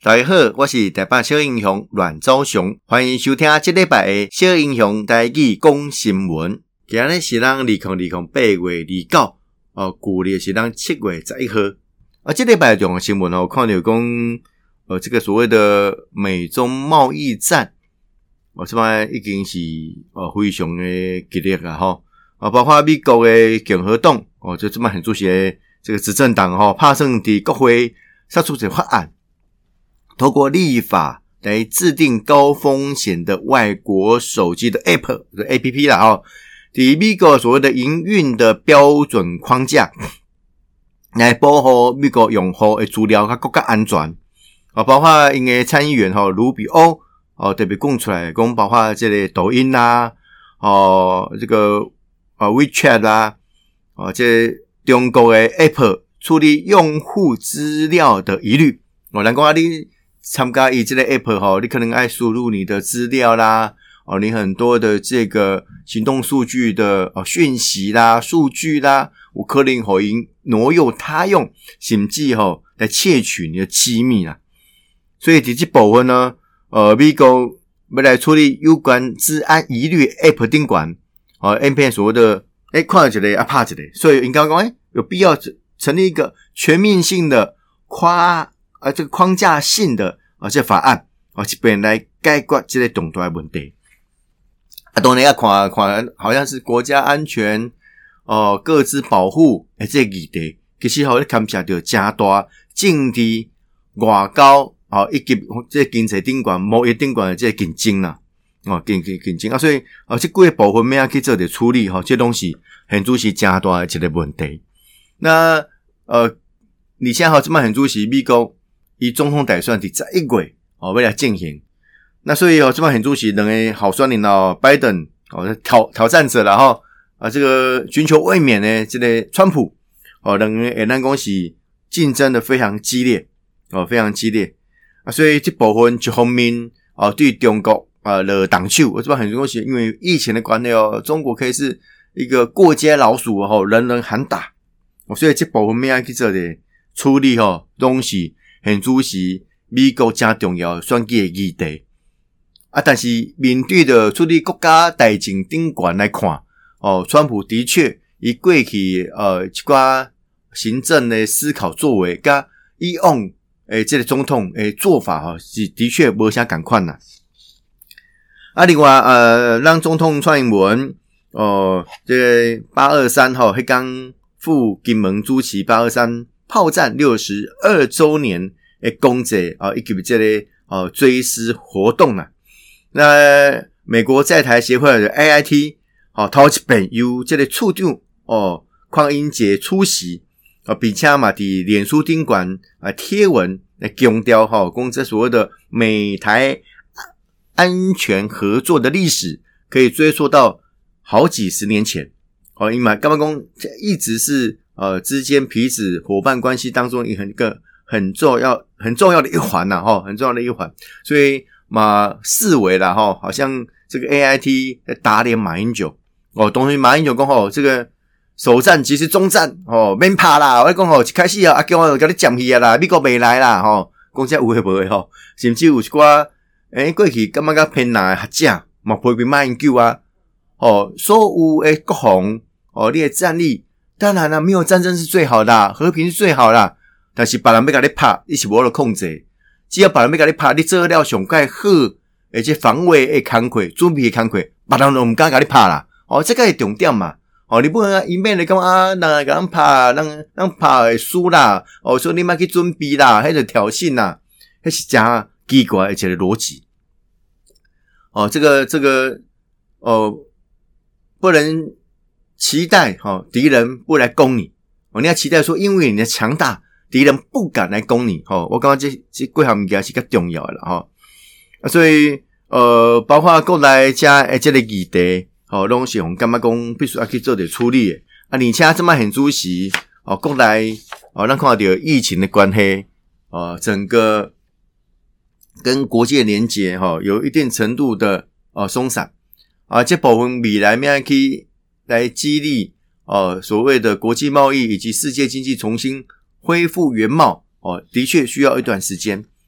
大家好，我是台北小英雄阮昭雄，欢迎收听这礼拜的小英雄台语讲新闻。今日是咱2020月29号，旧历是咱7月11号。这礼拜重要新闻看到讲这个所谓的美中贸易战，这摆已经是非常的激烈啦包括美国的共和党就这摆很主席的这个执政党拍算伫国会杀出一个法案。透过立法来制定高风险的外国手机的 APP 啦在美国所谓的营运的标准框架来保护美国用户的资料和国家安全包括因的参议员卢比欧特别讲出来讲包括这个抖音啦这个WeChat 啦这中国的 App 处理用户资料的疑虑难讲你参加这个 app 你可能爱输入你的资料啦你很多的这个行动数据的讯息啦数据啦有可能会挪用他用甚至来窃取你的机密啦所以在这部分呢美国要来处理有关治安疑虑 app 顶管NPN 所谓的看到一个怕一个所以应该讲有必要成立一个全面性的这个框架性的这个法案这边来解决这个重大的问题当然要看好像是国家安全各自保护这个议题其实你看下到真大政治外交以及这个经济顶管贸易顶管的这个竞争啦竞争所以这几个部分要去做的处理这东西很主是真大的一个问题那你现在这么很主是美国以总统大选伫11月要来进行那所以这么很主席两个候选人拜登挑战者啦这个寻求卫冕的这个川普两个会咱讲是竞争的非常激烈非常激烈所以这部分一方面对中国的挡手我这么很多是因为疫情的关系中国可以是一个过街老鼠人人喊打所以这部分要去做的处理东西很主是美国真重要选举的议题但是面对的处理国家大政顶管来看川普的确以过去一寡行政的思考作为跟以往这个总统的做法是的确没啥同款啦另外让总统蔡英文这个823迄天赴金门主持823炮战62周年的公祭以及这个追思活动啦那美国在台协会的 AIT 头一遍由这个处长邝英杰出席并且嘛伫脸书顶管贴文来强调讲这所谓的美台安全合作的历史可以追溯到好几十年前因为干嘛讲一直是之间彼此伙伴关系当中一个很重要的一环很重要的一环所以嘛视为啦好像这个 AIT 在打脸马英九当时马英九讲这个首战即是终战免怕啦我讲一开始叫我甲你占去啦美国未来啦讲这有诶无诶甚至有一寡过去感觉偏难的学者嘛批评马英九所有诶国防你的战力当然啦没有战争是最好的和平是最好的但是别人要甲你拍你是无法控制只要别人要甲你拍你做了上介好而且防卫的工课准备的工课别人就不敢甲你拍啦这个是重点嘛你不能一面来讲人甲咱拍咱拍会输啦所以你别去准备啦迄个挑衅啦迄是真奇怪的一个逻辑这个不能期待敌人不来攻你你要期待说因为你的强大敌人不敢来攻你我感觉这几项物件是较重要的啦所以包括国内这这个议题拢是我感觉讲必须要去做点处理的而且这么很主席国内咱看到疫情的关系整个跟国际的连结有一定程度的松散这部分未来要去来激励所谓的国际贸易以及世界经济重新恢复原貌的确需要一段时间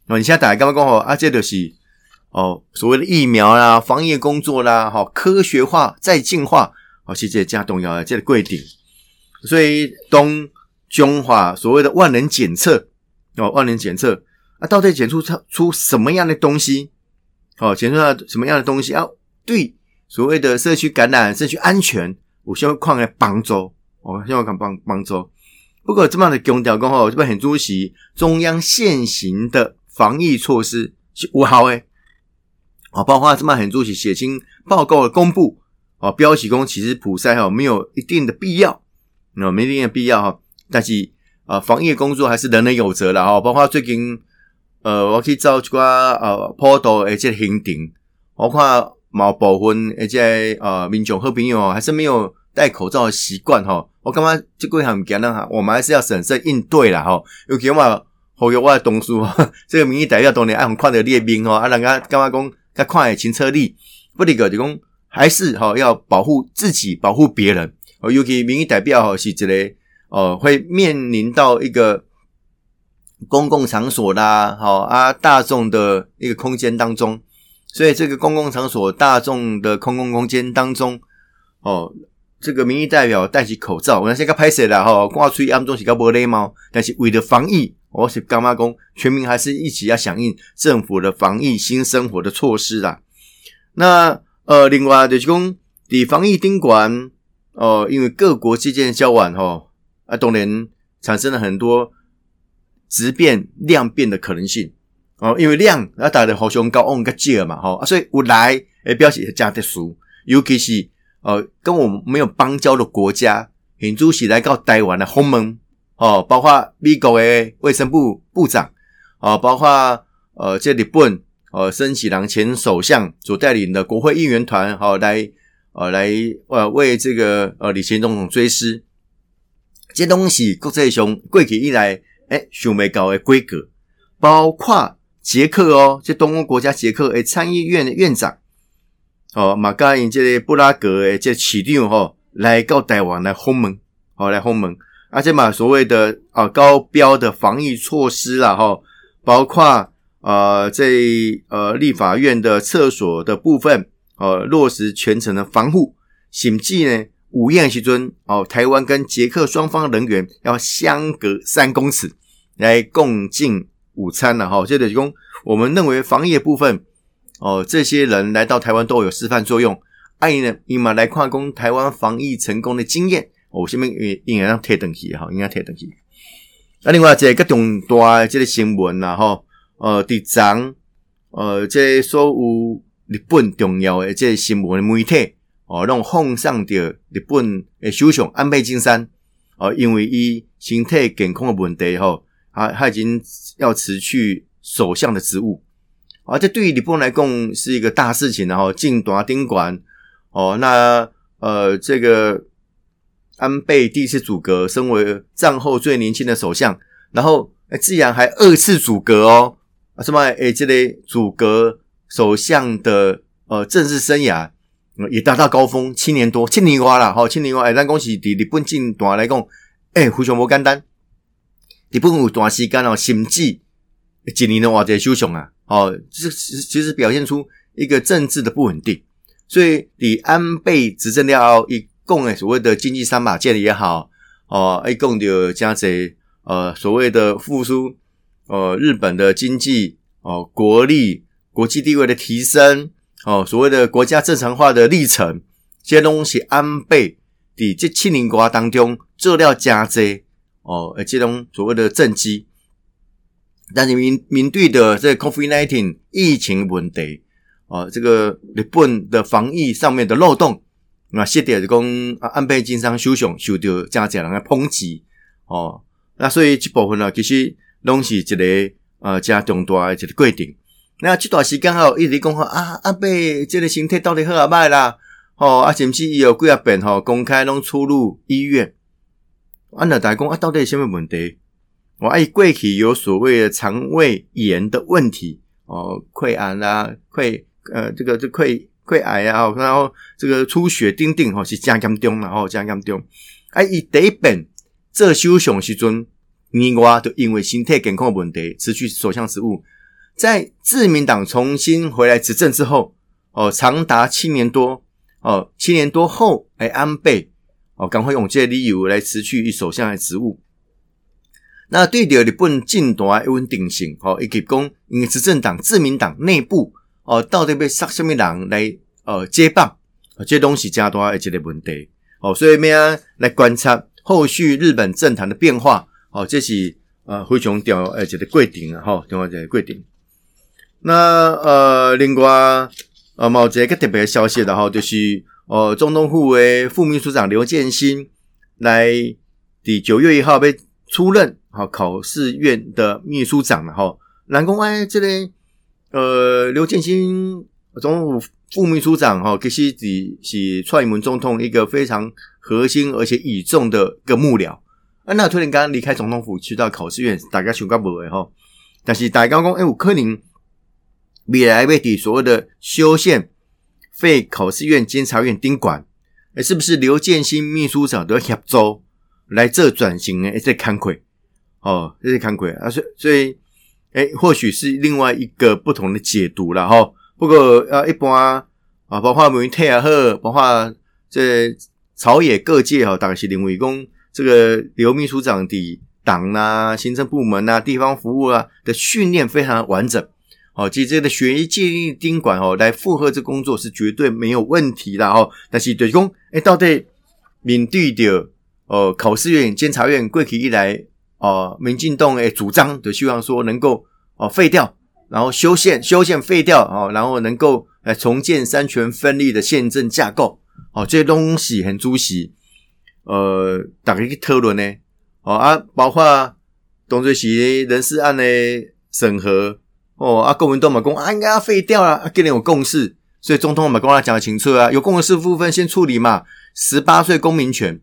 你现在大家感觉讲啊，这就是所谓的疫苗啦、防疫工作啦，科学化再进化，是这加重要的这个规定。所以当中华所谓的万人检测万人检测到底检出什么样的东西？检出到什么样的东西对所谓的社区感染、社区安全有什么样的帮助？什么帮助？不过这么的强调讲这边很主席中央现行的防疫措施是有效的包括这么很主席写清报告的公布标示说其实普筛没有一定的必要没一定的必要但是防疫工作还是人人有责啦包括最近我去找一寡普渡的这个行程包括某部分的这民众好朋友还是没有戴口罩的习惯我感觉这几项物件我们还是要审慎应对啦尤其我呼吁我的同事这个民意代表当然要看到你的面人家感觉讲较看会清楚你不离个就讲还是要保护自己保护别人尤其民意代表是一个会面临到一个公共场所啦大众的一个空间当中所以这个公共场所大众的公共空间当中这个民意代表戴起口罩我那些个拍摄啦挂嘴暗中是较无礼貌但是为了防疫我是干嘛讲全民还是一起要响应政府的防疫新生活的措施啦那另外就是讲在防疫顶端因为各国之间的交往当然产生了很多质变量变的可能性因为量大家互相交往较少嘛所以有来会表示加特殊尤其是跟我们没有邦交的国家很主席来到台湾的访问包括美国的卫生部部长包括这日本森喜朗前首相所带领的国会议员团来为这个李前总统追思这东西国际上过去以来想不到的规格包括捷克这东欧国家捷克的参议院的院长嘛甲因这个布拉格的这市长来到台湾来访问来访问这嘛所谓的高标的防疫措施啦包括这立法院的厕所的部分落实全程的防护甚至呢午宴的时阵台湾跟捷克双方人员要相隔3公尺来共进午餐啦这就是说我们认为防疫的部分这些人来到台湾都有示范作用因嘛来看讲台湾防疫成功的经验什么应该要贴回去应该贴回去另外一个较重大的这个新闻啦在昨这所有日本重要的这个新闻的媒体拢放上到日本的首相安倍晋三因为他身体健康的问题他已经要辞去首相的职务这对于日本来讲是一个大事情进大顶管那这个安倍第一次组阁身为战后最年轻的首相然后自然还2次组阁什么这个组阁首相的政治生涯也达到高峰7年多7年多啦7年多咱讲是在日本进大来讲非常不简单日本有段时间甚至1年的话这首相其实表现出一个政治的不稳定所以在安倍执政了后一共所谓的经济3把剑也好一共就加这所谓的复苏日本的经济国力国际地位的提升所谓的国家正常化的历程这些东西安倍在这7年多当中做了加这这种所谓的政绩但是面对的这个 COVID-19 疫情问题这个日本的防疫上面的漏洞实在是讲安倍晋三首相受到真侪人的抨击那所以这部分其实拢是一个真重大的一个过程那这段时间一直讲安倍这个身体到底好啊歹啦甚至伊有几啊遍公开拢出入医院那大家讲到底是什么问题伊过去有所谓的肠胃炎的问题溃疡啦这个溃癌然后这个出血等等是真严重啦真严重伊第一遍做首相时阵年外就因为身体健康的问题辞去首相职务在自民党重新回来执政之后，长达7年多，7年多后，安倍赶快用这个理由来辞去首相的职务。那对着日本近大的稳定性，以及讲因为执政党自民党内部到底要塞什么人来接棒，这东西加大的一个问题。所以要来观察后续日本政坛的变化，这是非常重要的一个过程啊，重要一个过程。那另外有一个特别的消息的就是总统府的副秘书长刘建新来第9月1号被出任考试院的秘书长了人讲这个刘建新总统府副秘书长其实是蔡英文总统一个非常核心而且倚重的一个幕僚。那突然刚离开总统府去到考试院，大家想到无的但是大家讲有可能未来要伫所谓的修宪废考试院监察院顶管，是不是刘建新秘书长都要协助来做转型的这工作这些工作所以或许是另外一个不同的解读啦不过一般包括媒体也好，包括这朝野各界大概是认为讲这个刘秘书长的党行政部门地方服务的训练非常完整其实这个学业界定丁管来负荷这工作是绝对没有问题啦但是就是讲到底面对着考试院监察院过去以来民进党的主张就希望说能够废掉，然后修宪废掉然后能够来重建三权分立的宪政架构这些东西很主席大家去讨论呢包括当作是人事案的审核国民党嘛讲应该要废掉啦既然有共识，所以总统嘛跟他讲得清楚有共识部分先处理嘛，18岁公民权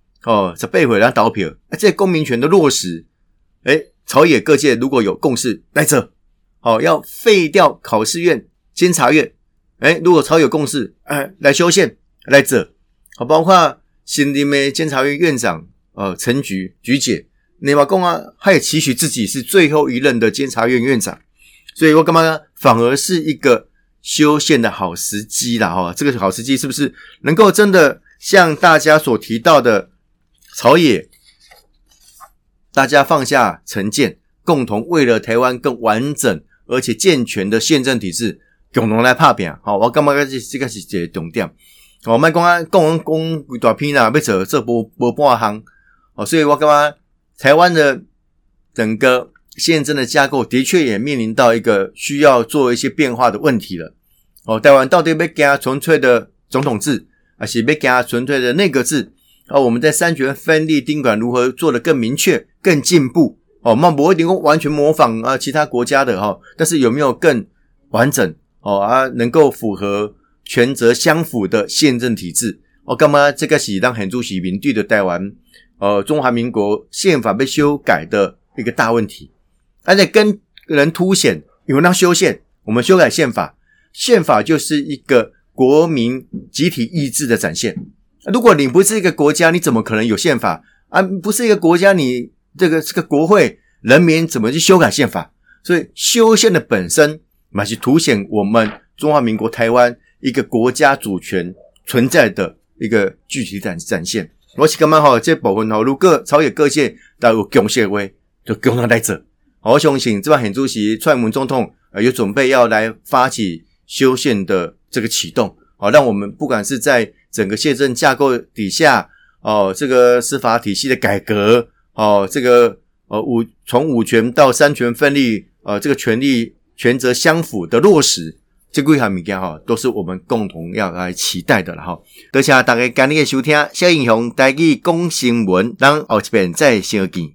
18岁让投票这公民权的落实朝野各界如果有共识来这要废掉考试院监察院如果朝野有共识来修宪来这包括新任的监察院院长陈菊姐你嘛讲他也期许自己是最后一任的监察院院长，所以我感觉反而是一个修宪的好时机啦这个好时机是不是能够真的像大家所提到的朝野大家放下成见，共同为了台湾更完整而且健全的宪政体制共同来打拼我感觉这个是一个重点莫讲规大篇要做无半项所以我感觉台湾的整个宪政的架构的确也面临到一个需要做一些变化的问题了台湾到底要走纯粹的总统制还是要走纯粹的内阁制我们在三权分立丁管如何做得更明确更进步不一定完全模仿其他国家的但是有没有更完整能够符合权责相符的宪政体制我感觉这个是让很主席面对的台湾中华民国宪法被修改的一个大问题，而且跟人凸显有那修宪我们修改宪法就是一个国民集体意志的展现如果你不是一个国家你怎么可能有宪法不是一个国家你这个国会人民怎么去修改宪法，所以修宪的本身也是凸显我们中华民国台湾一个国家主权存在的一个具体展现我是感觉这部分如果朝野各界都有共识的话就共同来做我相信这很主席蔡英文总统有准备要来发起修宪的这个启动让我们不管是在整个宪政架构底下这个司法体系的改革这个从五权到三权分立这个权力权责相符的落实这几项物件都是我们共同要来期待的啦多谢大家今日的收听小英雄台语讲新闻咱后一遍再相见。